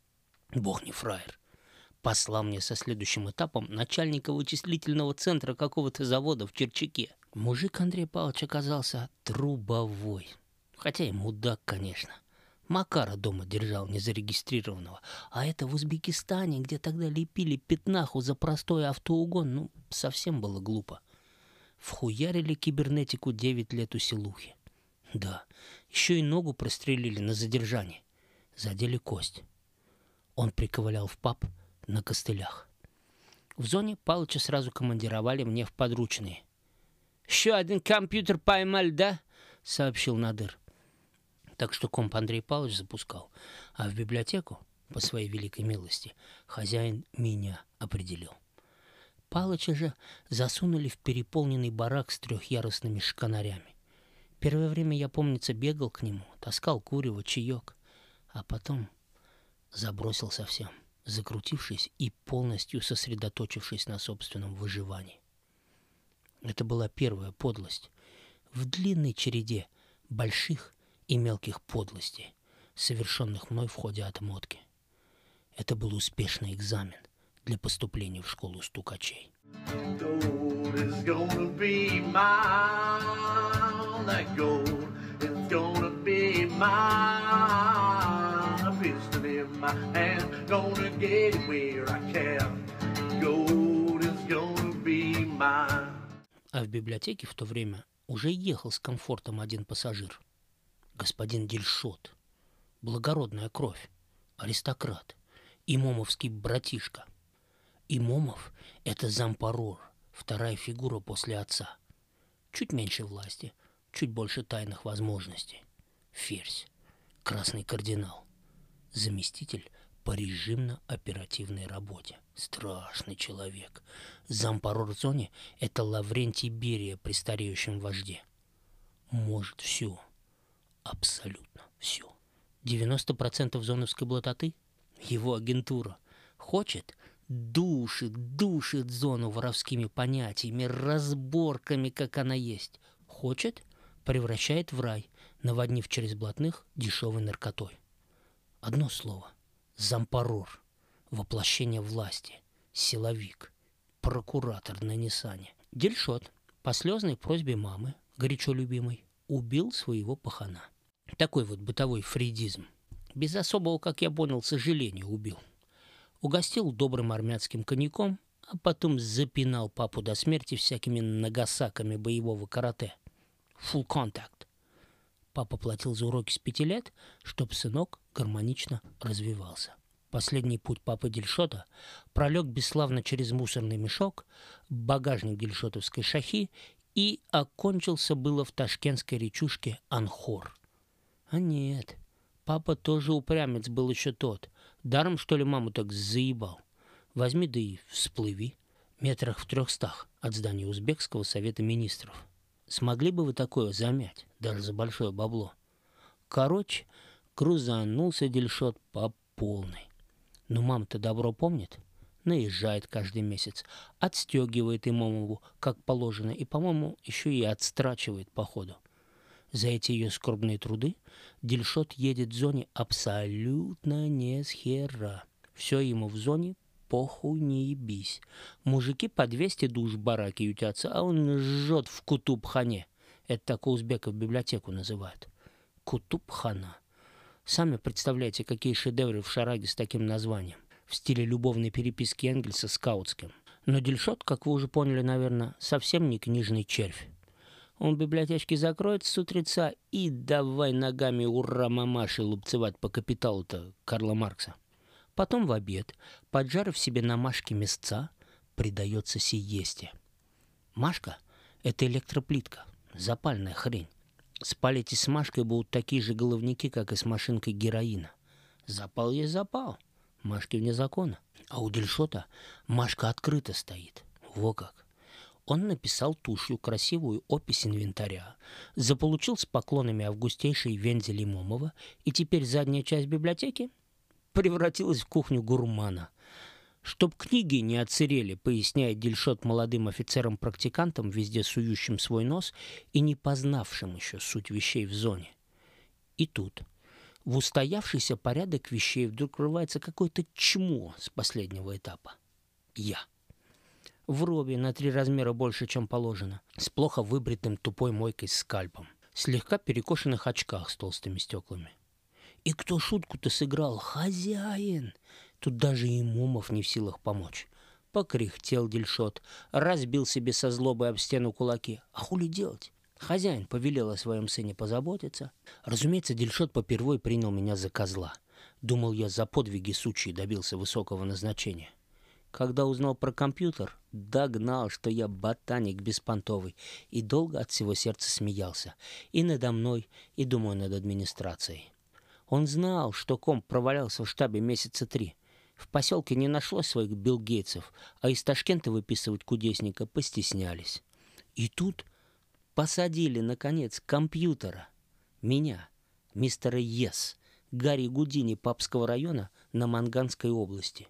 бог не фраер. Послал мне со следующим этапом начальника вычислительного центра какого-то завода в Черчаке. Мужик Андрей Павлович оказался трубовой. Хотя и мудак, конечно. Макара дома держал незарегистрированного. А это в Узбекистане, где тогда лепили пятнаху за простой автоугон, совсем было глупо. Вхуярили кибернетику 9 лет у селухи. Да, еще и ногу прострелили на задержании. Задели кость. Он приковылял в паб на костылях. В зоне Палыча сразу командировали мне в подручные. «Еще один компьютер поймали, да?» — сообщил Надыр. Так что комп Андрей Павлович запускал, а в библиотеку, по своей великой милости, хозяин меня определил. Палыча же засунули в переполненный барак с 3-ярусными шканарями. Первое время я, помнится, бегал к нему, таскал курево, чаек, а потом забросил совсем, закрутившись и полностью сосредоточившись на собственном выживании. Это была первая подлость в длинной череде больших и мелких подлостей, совершенных мной в ходе отмотки. Это был успешный экзамен для поступления в школу стукачей. А в библиотеке в то время уже ехал с комфортом один пассажир. Господин Дильшот, благородная кровь, аристократ, имомовский братишка. Имомов – это зампарор, вторая фигура после отца. Чуть меньше власти, чуть больше тайных возможностей. Ферзь, красный кардинал, заместитель по режимно-оперативной работе. Страшный человек. Зампарор в зоне – это Лаврентий Берия при стареющем вожде. Может все, абсолютно все. 90% зоновской блатоты – его агентура. Хочет – душит зону воровскими понятиями, разборками, как она есть. Хочет – превращает в рай, наводнив через блатных дешевой наркотой. Одно слово – зампарор, воплощение власти, силовик, прокуратор на Ниссане. Дильшот по слезной просьбе мамы, горячо любимой, убил своего пахана. Такой вот бытовой фрейдизм. Без особого, как я понял, сожаления убил. Угостил добрым армянским коньяком, а потом запинал папу до смерти всякими нагасаками боевого карате. Full contact. Папа платил за уроки с 5 лет, чтоб сынок гармонично развивался. Последний путь папы Дильшота пролег бесславно через мусорный мешок, багажник дильшотовской шахи и окончился было в ташкентской речушке Анхор. А нет, папа тоже упрямец был еще тот. Даром, что ли, маму так заебал? Возьми да и всплыви. Метрах в 300 от здания Узбекского совета министров. Смогли бы вы такое замять, даже за большое бабло? Короче, крузанулся Дильшот по полной. Но мама-то добро помнит. Наезжает каждый месяц, отстегивает Имомову, как положено, и, по-моему, еще и отстрачивает по ходу. За эти ее скорбные труды Дильшот едет в зоне абсолютно не с хера. Все ему в зоне похуй не ебись. Мужики по 200 душ в бараке ютятся, а он жжет в Кутуб-хане. Это так у узбеков библиотеку называют. Кутуб-хана. Сами представляете, какие шедевры в шараге с таким названием. В стиле любовной переписки Энгельса с Каутским. Но Дильшот, как вы уже поняли, наверное, совсем не книжный червь. Он в библиотечке закроется с утреца и давай ногами ура мамаши лупцевать по капиталу-то Карла Маркса. Потом в обед, поджарив себе на Машке мясца, предается сиесте. Машка – это электроплитка, запальная хрень. Спалить с Машкой будут такие же головники, как и с машинкой героина. Запал есть запал, Машки вне закона. А у Дильшота Машка открыто стоит. Во как. Он написал тушью красивую опись инвентаря, заполучил с поклонами августейшей вензель Имомова, и теперь задняя часть библиотеки превратилась в кухню гурмана. Чтоб книги не отсырели, поясняет Дильшот молодым офицерам-практикантам, везде сующим свой нос и не познавшим еще суть вещей в зоне. И тут в устоявшийся порядок вещей вдруг врывается какое-то чмо с последнего этапа. Я. В робе на 3 размера больше, чем положено, с плохо выбритым тупой мойкой с скальпом, слегка перекошенных очках с толстыми стеклами. И кто шутку-то сыграл? Хозяин! Тут даже Имомов не в силах помочь. Покряхтел Дильшот, разбил себе со злобой об стену кулаки. А хули делать? Хозяин повелел о своем сыне позаботиться. Разумеется, Дильшот попервой принял меня за козла. Думал, я за подвиги сучьи добился высокого назначения. Когда узнал про компьютер, догнал, что я ботаник беспонтовый, и долго от всего сердца смеялся. И надо мной, и, думаю, над администрацией. Он знал, что комп провалялся в штабе месяца 3. В поселке не нашлось своих Билл Гейтсов, а из Ташкента выписывать кудесника постеснялись. И тут посадили, наконец, компьютера. Меня, мистера Ес, Гарри Гудини Папского района на Манганской области.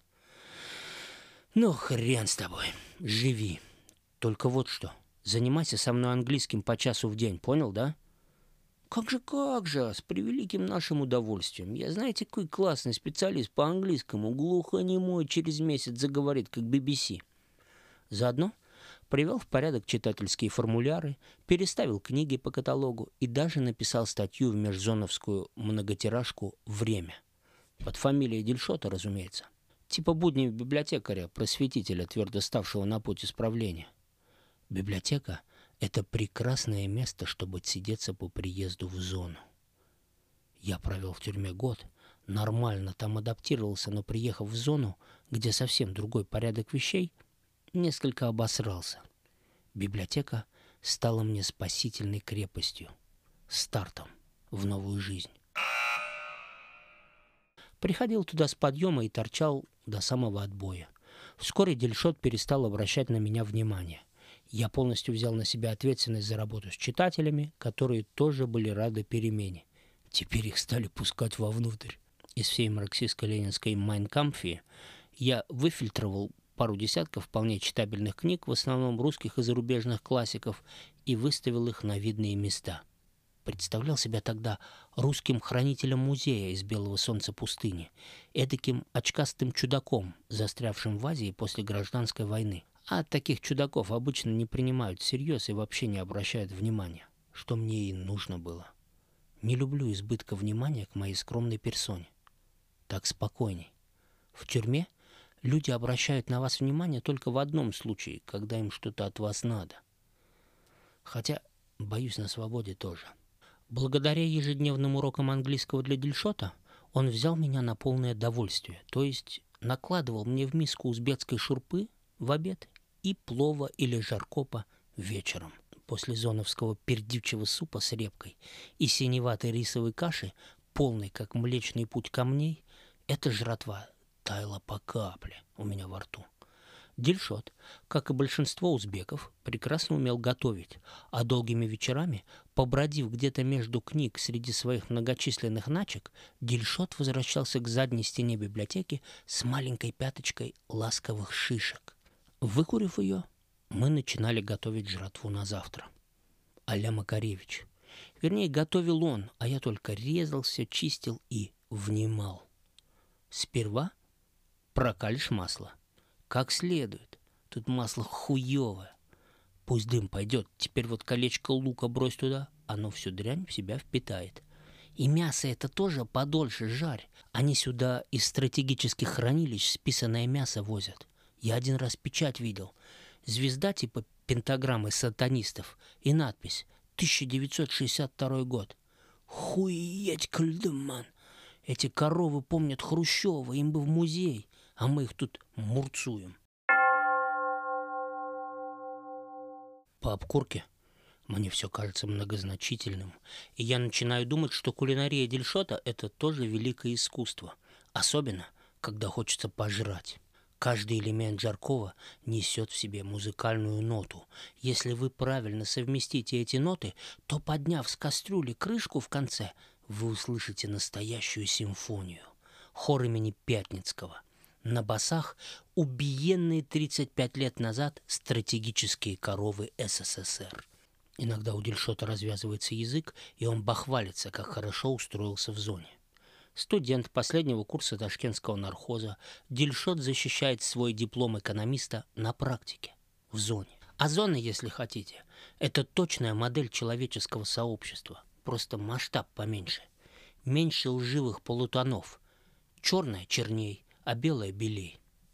Ну, хрен с тобой, живи. Только вот что, занимайся со мной английским по часу в день, понял, да? Как же, с превеликим нашим удовольствием. Я, знаете, какой классный специалист по английскому, глухонемой через месяц заговорит, как BBC. Заодно привел в порядок читательские формуляры, переставил книги по каталогу и даже написал статью в межзоновскую многотиражку «Время». Под фамилией Дильшота, разумеется. Типа будни библиотекаря, просветителя, твердо ставшего на путь исправления. Библиотека Это прекрасное место, чтобы отсидеться по приезду в зону. Я провел в тюрьме год, нормально там адаптировался, но приехав в зону, где совсем другой порядок вещей, несколько обосрался. Библиотека стала мне спасительной крепостью, стартом в новую жизнь. Приходил туда с подъема и торчал до самого отбоя. Вскоре Дильшот перестал обращать на меня внимание. Я полностью взял на себя ответственность за работу с читателями, которые тоже были рады перемене. Теперь их стали пускать вовнутрь. Из всей марксистско-ленинской «Майнкампфе» я выфильтровал пару десятков вполне читабельных книг, в основном русских и зарубежных классиков, и выставил их на видные места. Представлял себя тогда русским хранителем музея из белого солнца пустыни, эдаким очкастым чудаком, застрявшим в Азии после гражданской войны. А таких чудаков обычно не принимают всерьез и вообще не обращают внимания, что мне и нужно было. Не люблю избытка внимания к моей скромной персоне. Так спокойней. В тюрьме люди обращают на вас внимание только в одном случае, когда им что-то от вас надо. Хотя, боюсь, на свободе тоже. Благодаря ежедневным урокам английского для Дильшота он взял меня на полное довольствие, то есть накладывал мне в миску узбекской шурпы в обед и плова или жаркопа вечером. После зоновского пердючего супа с репкой и синеватой рисовой каши, полной, как Млечный Путь, камней, эта жратва таяла по капле у меня во рту. Дильшот, как и большинство узбеков, прекрасно умел готовить, а долгими вечерами, побродив где-то между книг среди своих многочисленных начек, Дильшот возвращался к задней стене библиотеки с маленькой пяточкой ласковых шишек. Выкурив ее, мы начинали готовить жратву на завтра. А-ля Макаревич. Вернее, готовил он, а я только резал, все чистил и внимал. Сперва прокалишь масло. Как следует. Тут масло хуевое. Пусть дым пойдет. Теперь вот колечко лука брось туда. Оно всю дрянь в себя впитает. И мясо это тоже подольше жарь. Они сюда из стратегических хранилищ списанное мясо возят. Я один раз печать видел. Звезда типа пентаграммы сатанистов и надпись 1962 год. Хуеть, Кальдеман. Эти коровы помнят Хрущева, им бы в музей, а мы их тут мурцуем. По обкурке мне все кажется многозначительным, и я начинаю думать, что кулинария Дильшота – это тоже великое искусство, особенно, когда хочется пожрать. Каждый элемент жаркого несет в себе музыкальную ноту. Если вы правильно совместите эти ноты, то, подняв с кастрюли крышку в конце, вы услышите настоящую симфонию. Хор имени Пятницкого. На басах убиенные 35 лет назад стратегические коровы СССР. Иногда у Дильшота развязывается язык, и он бахвалится, как хорошо устроился в зоне. Студент последнего курса ташкентского нархоза, Дильшот защищает свой диплом экономиста на практике, в зоне. А зона, если хотите, это точная модель человеческого сообщества, просто масштаб поменьше. Меньше лживых полутонов. Черное черней, а белое белей.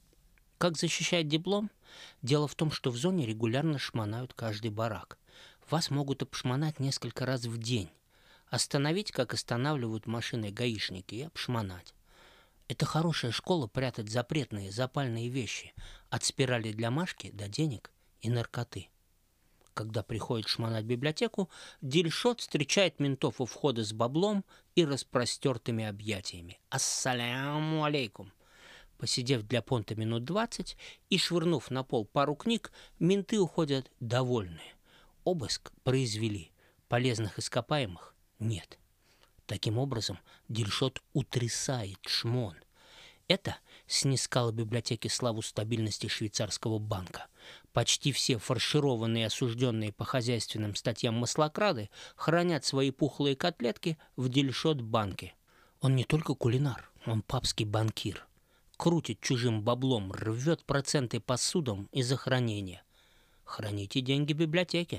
Как защищает диплом? Дело в том, что в зоне регулярно шмонают каждый барак. Вас могут обшмонать несколько раз в день. Остановить, как останавливают машины гаишники, и обшмонать. Это хорошая школа прятать запретные, запальные вещи. От спирали для Машки до денег и наркоты. Когда приходит шмонать библиотеку, Дильшот встречает ментов у входа с баблом и распростертыми объятиями. Ассаляму алейкум. Посидев для понта минут 20 и швырнув на пол пару книг, менты уходят довольные. Обыск произвели. Полезных ископаемых нет. Таким образом, Дильшот утрясает шмон. Это снискало библиотеке славу стабильности швейцарского банка. Почти все фаршированные осужденные по хозяйственным статьям маслокрады хранят свои пухлые котлетки в Дильшот-банке. Он не только кулинар, он папский банкир. Крутит чужим баблом, рвет проценты по судам из-за хранения. Храните деньги в библиотеке,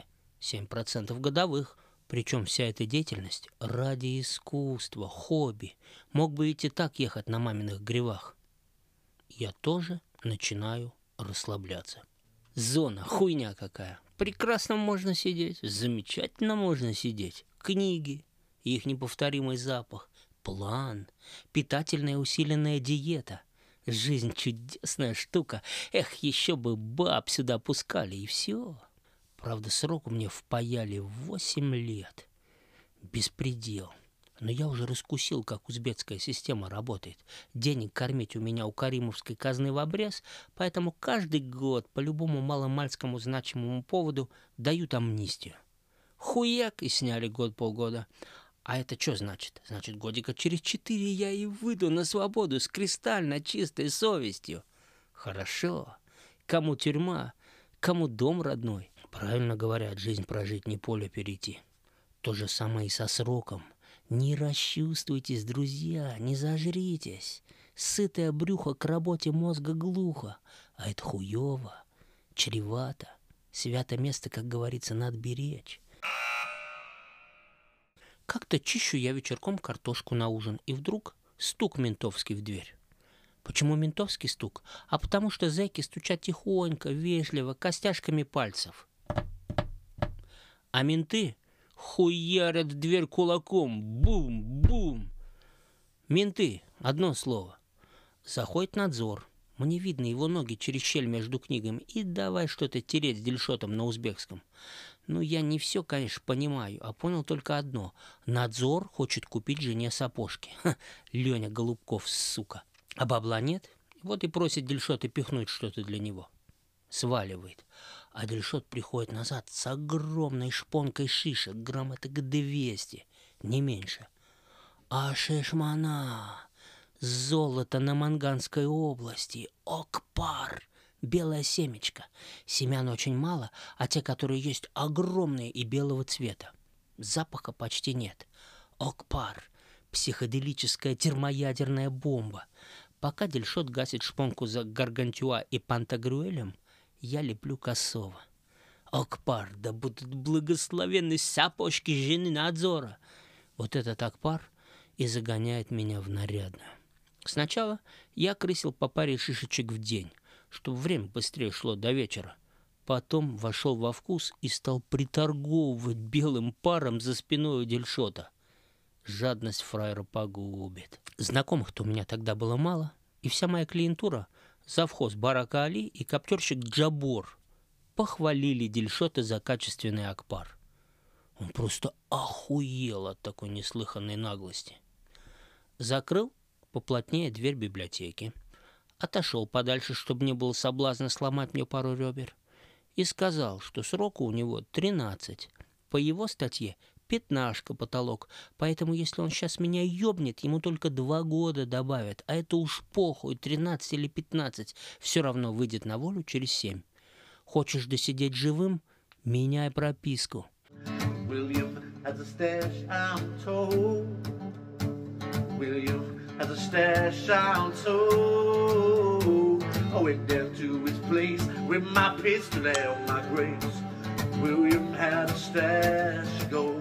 7% годовых. Причем вся эта деятельность ради искусства, хобби. Мог бы ведь и так ехать на маминых гривах. Я тоже начинаю расслабляться. Зона, хуйня какая. Прекрасно можно сидеть, замечательно можно сидеть. Книги, их неповторимый запах, план, питательная усиленная диета. Жизнь чудесная штука. Эх, еще бы баб сюда пускали, и все. Правда, сроку мне впаяли 8 лет. Беспредел. Но я уже раскусил, как узбекская система работает. Денег кормить у меня у каримовской казны в обрез, поэтому каждый год по любому маломальскому значимому поводу дают амнистию. Хуяк, и сняли год-полгода. А это что значит? Значит, годика через 4 я и выйду на свободу с кристально чистой совестью. Хорошо. Кому тюрьма, кому дом родной. Правильно говорят, жизнь прожить, не поле перейти. То же самое и со сроком. Не расчувствуйтесь, друзья, не зажритесь. Сытое брюхо к работе мозга глухо, а это хуёво, чревато. Свято место, как говорится, надо беречь. Как-то чищу я вечерком картошку на ужин, и вдруг стук ментовский в дверь. Почему ментовский стук? А потому что зэки стучат тихонько, вежливо, костяшками пальцев. А менты хуярят в дверь кулаком. Бум-бум. Менты, одно слово. Заходит надзор. Мне видно его ноги через щель между книгами. И давай что-то тереть с Дильшотом на узбекском. Ну, я не все, конечно, понимаю, а понял только одно. Надзор хочет купить жене сапожки. Леня Голубков, сука. А бабла нет? Вот и просит Дильшота пихнуть что-то для него. Сваливает. А Дильшот приходит назад с огромной шпонкой шишек, грамм это к 200, не меньше. А шишмана, золото на Манганской области, окпар, белая семечка. Семян очень мало, а те, которые есть, огромные и белого цвета. Запаха почти нет. Окпар, психоделическая термоядерная бомба. Пока Дильшот гасит шпонку за гаргантюа и пантагрюэлем, я леплю косово. Окпар, да будут благословенны сапожки жены надзора. Вот этот Окпар и загоняет меня в нарядную. Сначала я крысил по паре шишечек в день, чтобы время быстрее шло до вечера. Потом вошел во вкус и стал приторговывать белым паром за спиной у Дильшота. Жадность фраера погубит. Знакомых-то у меня тогда было мало, и вся моя клиентура — завхоз Барака Али и коптерщик Джабор — похвалили Дильшота за качественный Окпар. Он просто охуел от такой неслыханной наглости. Закрыл поплотнее дверь библиотеки, отошел подальше, чтобы не было соблазна сломать мне пару ребер, и сказал, что сроку у него 13. По его статье 15 потолок, поэтому если он сейчас меня ёбнет, ему только 2 года добавят, а это уж похуй, 13 или 15, все равно выйдет на волю через 7. Хочешь досидеть живым? Меняй прописку. William has a stash, I'm told. William has a stash, I'm told. I went down to his place with my pistol and my grapes. William had a stash of gold.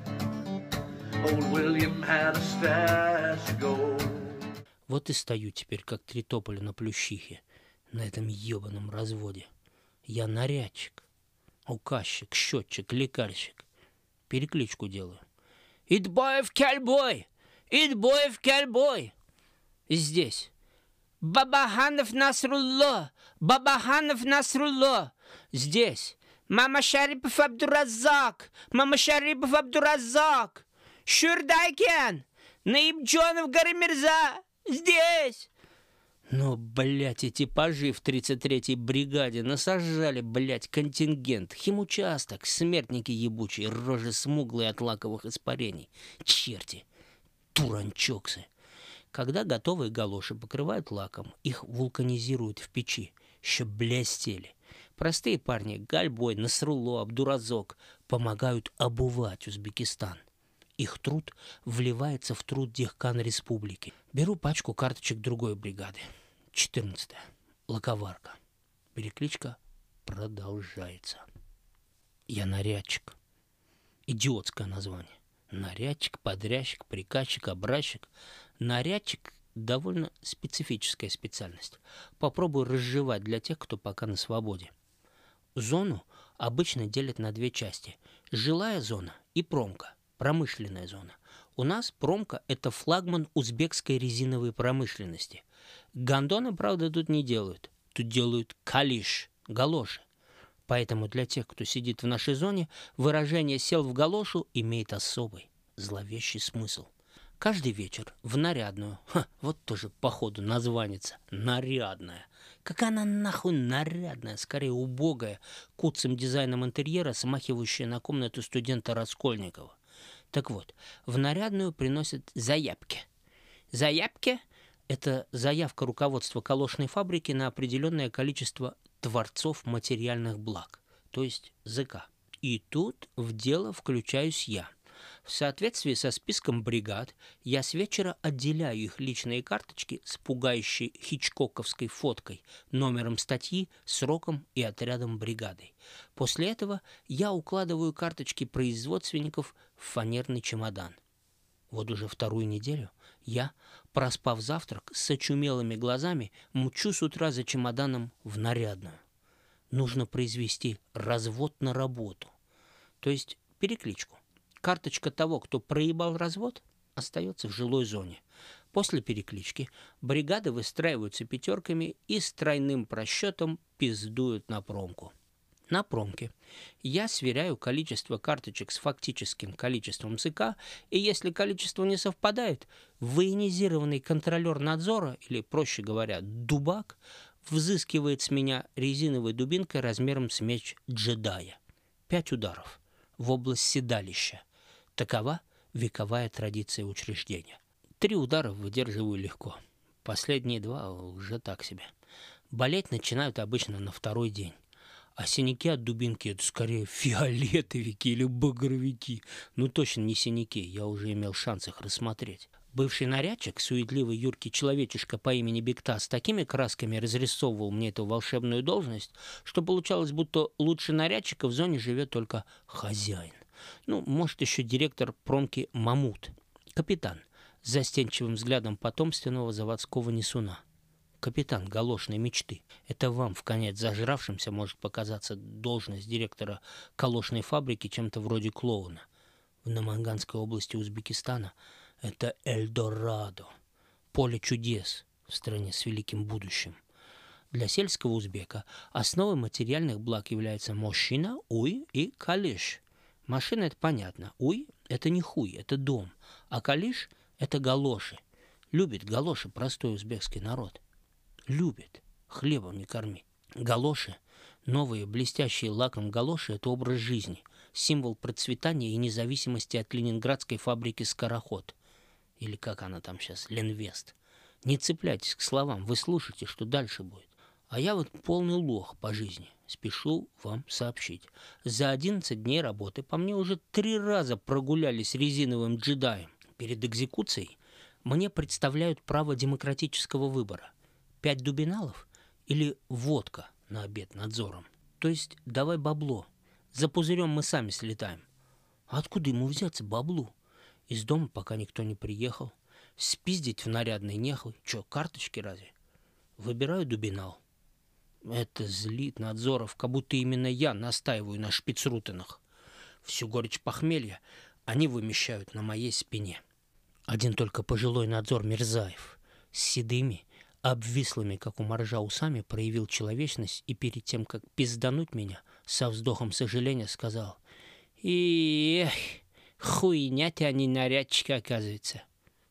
Old William had a stash of gold. Вот и стою теперь, как три тополя на Плющихе, на этом ебаном разводе. Я нарядчик, указчик, счетчик, лекарщик. Перекличку делаю. Идбоев кельбой! Идбоев кельбой! Здесь. Бабаханов Насрулло! Бабаханов Насрулло! Здесь. Мама Шарипов Абдуразак! Мама Шарипов Абдуразак! Шурдайкен! Наибджонов Гаримирза! Здесь! Но, блядь, эти пажи в 33-й бригаде насажали, блядь, контингент. Химучасток, смертники ебучие, рожи смуглые от лаковых испарений. Черти! Туранчоксы! Когда готовые галоши покрывают лаком, их вулканизируют в печи, чтоб блестели. Простые парни Гальбой, Насрулло, Абдуразок помогают обувать Узбекистан. Их труд вливается в труд Дехкана Республики. Беру пачку карточек другой бригады. 14-я. Лаковарка. Перекличка продолжается. Я нарядчик. Идиотское название. Нарядчик, подрядчик, приказчик, образчик. Нарядчик — довольно специфическая специальность. Попробую разжевать для тех, кто пока на свободе. Зону обычно делят на две части. Жилая зона и промка, промышленная зона. У нас промка – это флагман узбекской резиновой промышленности. Гондоны, правда, тут не делают. Тут делают калиш, галоши. Поэтому для тех, кто сидит в нашей зоне, выражение «сел в галошу» имеет особый, зловещий смысл. Каждый вечер в нарядную, вот тоже походу названится, нарядная. Какая она нахуй нарядная, скорее убогая, куцым дизайном интерьера, смахивающая на комнату студента Раскольникова. Так вот, в нарядную приносят заявки. Заявки – это заявка руководства калошной фабрики на определенное количество творцов материальных благ, то есть ЗК. И тут в дело включаюсь я. В соответствии со списком бригад я с вечера отделяю их личные карточки с пугающей хичкоковской фоткой, номером статьи, сроком и отрядом бригады. После этого я укладываю карточки производственников в фанерный чемодан. Вот уже вторую неделю я, проспав завтрак, с очумелыми глазами мчу с утра за чемоданом в нарядную. Нужно произвести развод на работу, то есть перекличку. Карточка того, кто проебал развод, остается в жилой зоне. После переклички бригады выстраиваются пятерками и с тройным просчетом пиздуют на промку. На промке я сверяю количество карточек с фактическим количеством ЦК, и если количество не совпадает, военизированный контролер надзора, или, проще говоря, дубак, взыскивает с меня резиновой дубинкой размером с меч джедая. 5 ударов в область седалища. Такова вековая традиция учреждения. 3 удара выдерживаю легко. Последние 2 уже так себе. Болеть начинают обычно на второй день. А синяки от дубинки – это скорее фиолетовики или багровики. Ну точно не синяки, я уже имел шанс их рассмотреть. Бывший нарядчик, суетливый юркий человечишка по имени Бекта, с такими красками разрисовывал мне эту волшебную должность, что получалось, будто лучше нарядчика в зоне живет только хозяин. Ну, может, еще директор промки Мамут. Капитан с застенчивым взглядом потомственного заводского несуна. Капитан галошной мечты. Это вам, вконец зажравшимся, может показаться должность директора калошной фабрики чем-то вроде клоуна. В Наманганской области Узбекистана это Эльдорадо, поле чудес в стране с великим будущим. Для сельского узбека основой материальных благ является мощина, уй и калиш. Машина – это понятно. Уй – это не хуй, это дом. А калиш – это галоши. Любит галоши простой узбекский народ. Любит. Хлебом не корми. Галоши, новые блестящие лаком галоши – это образ жизни, символ процветания и независимости от ленинградской фабрики «Скороход». Или как она там сейчас, Ленвест. Не цепляйтесь к словам, вы слушайте, что дальше будет. А я вот полный лох по жизни. Спешу вам сообщить. За 11 дней работы по мне уже 3 раза прогулялись резиновым джедаем. Перед экзекуцией мне представляют право демократического выбора. 5 дубиналов или водка на обед надзором. То есть давай бабло. За пузырем мы сами слетаем. А откуда ему взяться баблу? Из дома пока никто не приехал. Спиздить в нарядный нехуй. Че, карточки разве? Выбираю дубинал. Это злит надзоров, как будто именно я настаиваю на шпицрутенах. Всю горечь похмелья они вымещают на моей спине. Один только пожилой надзор Мирзаев с седыми, обвислыми, как у моржа, усами проявил человечность и перед тем, как пиздануть меня, со вздохом сожаления сказал: «Эх, хуйня-то они нарядчики, оказывается».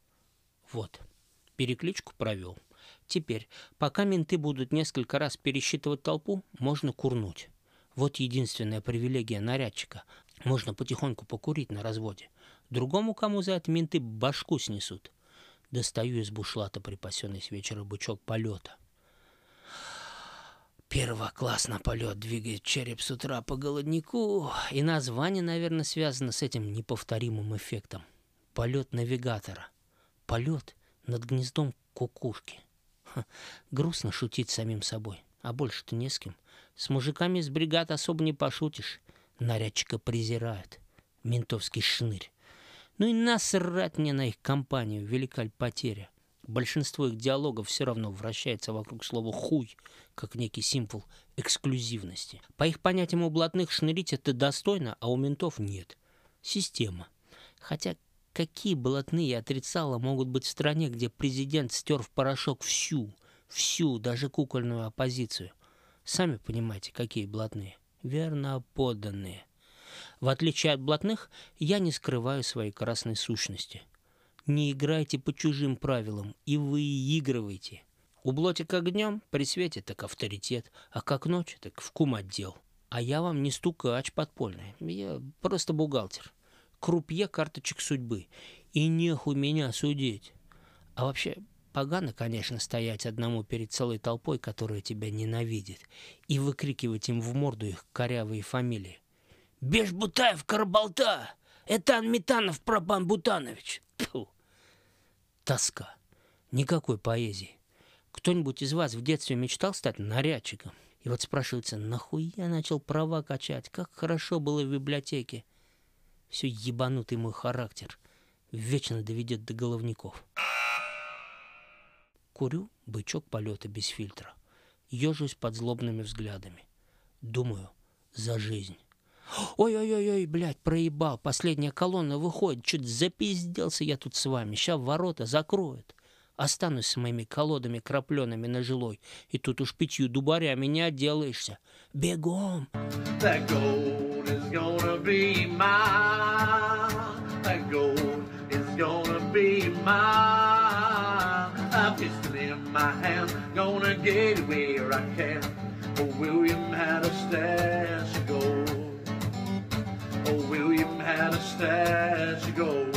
Вот, перекличку провел. Теперь, пока менты будут несколько раз пересчитывать толпу, можно курнуть. Вот единственная привилегия нарядчика. Можно потихоньку покурить на разводе. Другому, кому за это менты башку снесут. Достаю из бушлата припасенный с вечера бычок полета. Первоклассно полет двигает череп с утра по голоднику. И название, наверное, связано с этим неповторимым эффектом. Полет навигатора. Полет над гнездом кукушки. Грустно шутить самим собой, а больше-то не с кем. С мужиками из бригад особо не пошутишь. Нарядчика презирают. Ментовский шнырь. Ну и насрать мне на их компанию, велика ль потеря. Большинство их диалогов все равно вращается вокруг слова «хуй», как некий символ эксклюзивности. По их понятиям у блатных шнырить это достойно, а у ментов нет. Система. Хотя какие блатные отрицала могут быть в стране, где президент стер в порошок всю, даже кукольную оппозицию? Сами понимаете, какие блатные. Верно подданные. В отличие от блатных, я не скрываю своей красной сущности. Не играйте по чужим правилам и выигрывайте. У блоти как днем, при свете так авторитет, а как ночь, так в кум отдел. А я вам не стукач подпольный, я просто бухгалтер. Крупье карточек судьбы. И нехуй меня судить. А вообще, погано, конечно, стоять одному перед целой толпой, которая тебя ненавидит, и выкрикивать им в морду их корявые фамилии. Бешбутаев Карабалта! Это Анметанов Пропан Бутанович! Тьфу. Тоска. Никакой поэзии. Кто-нибудь из вас в детстве мечтал стать нарядчиком? И вот спрашивается, нахуй я начал права качать? Как хорошо было в библиотеке. Все ебанутый мой характер вечно доведет до головников. Курю бычок полета без фильтра. Ежусь под злобными взглядами. Думаю, за жизнь. Ой-ой-ой, блядь, проебал. Последняя колонна выходит. Чуть запизделся я тут с вами. Ща ворота закроют. Останусь с моими колодами крапленными на жилой. И тут уж 5 дубарями не отделаешься. Бегом! That gold is gonna be mine. That gold is gonna be mine. A pistol in my hand, gonna get it where I can. Oh, William had a stash of gold. Oh, William had a stash of gold.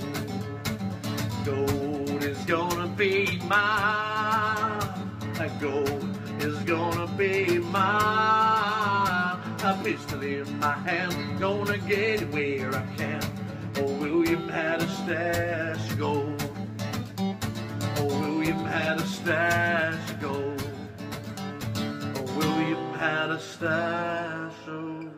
Gold is gonna be mine. That gold is gonna be mine. A pistol in my hand, gonna get it where I can. Oh, William had a stash of gold. Oh, William had a stash of gold. Oh, William had a stash of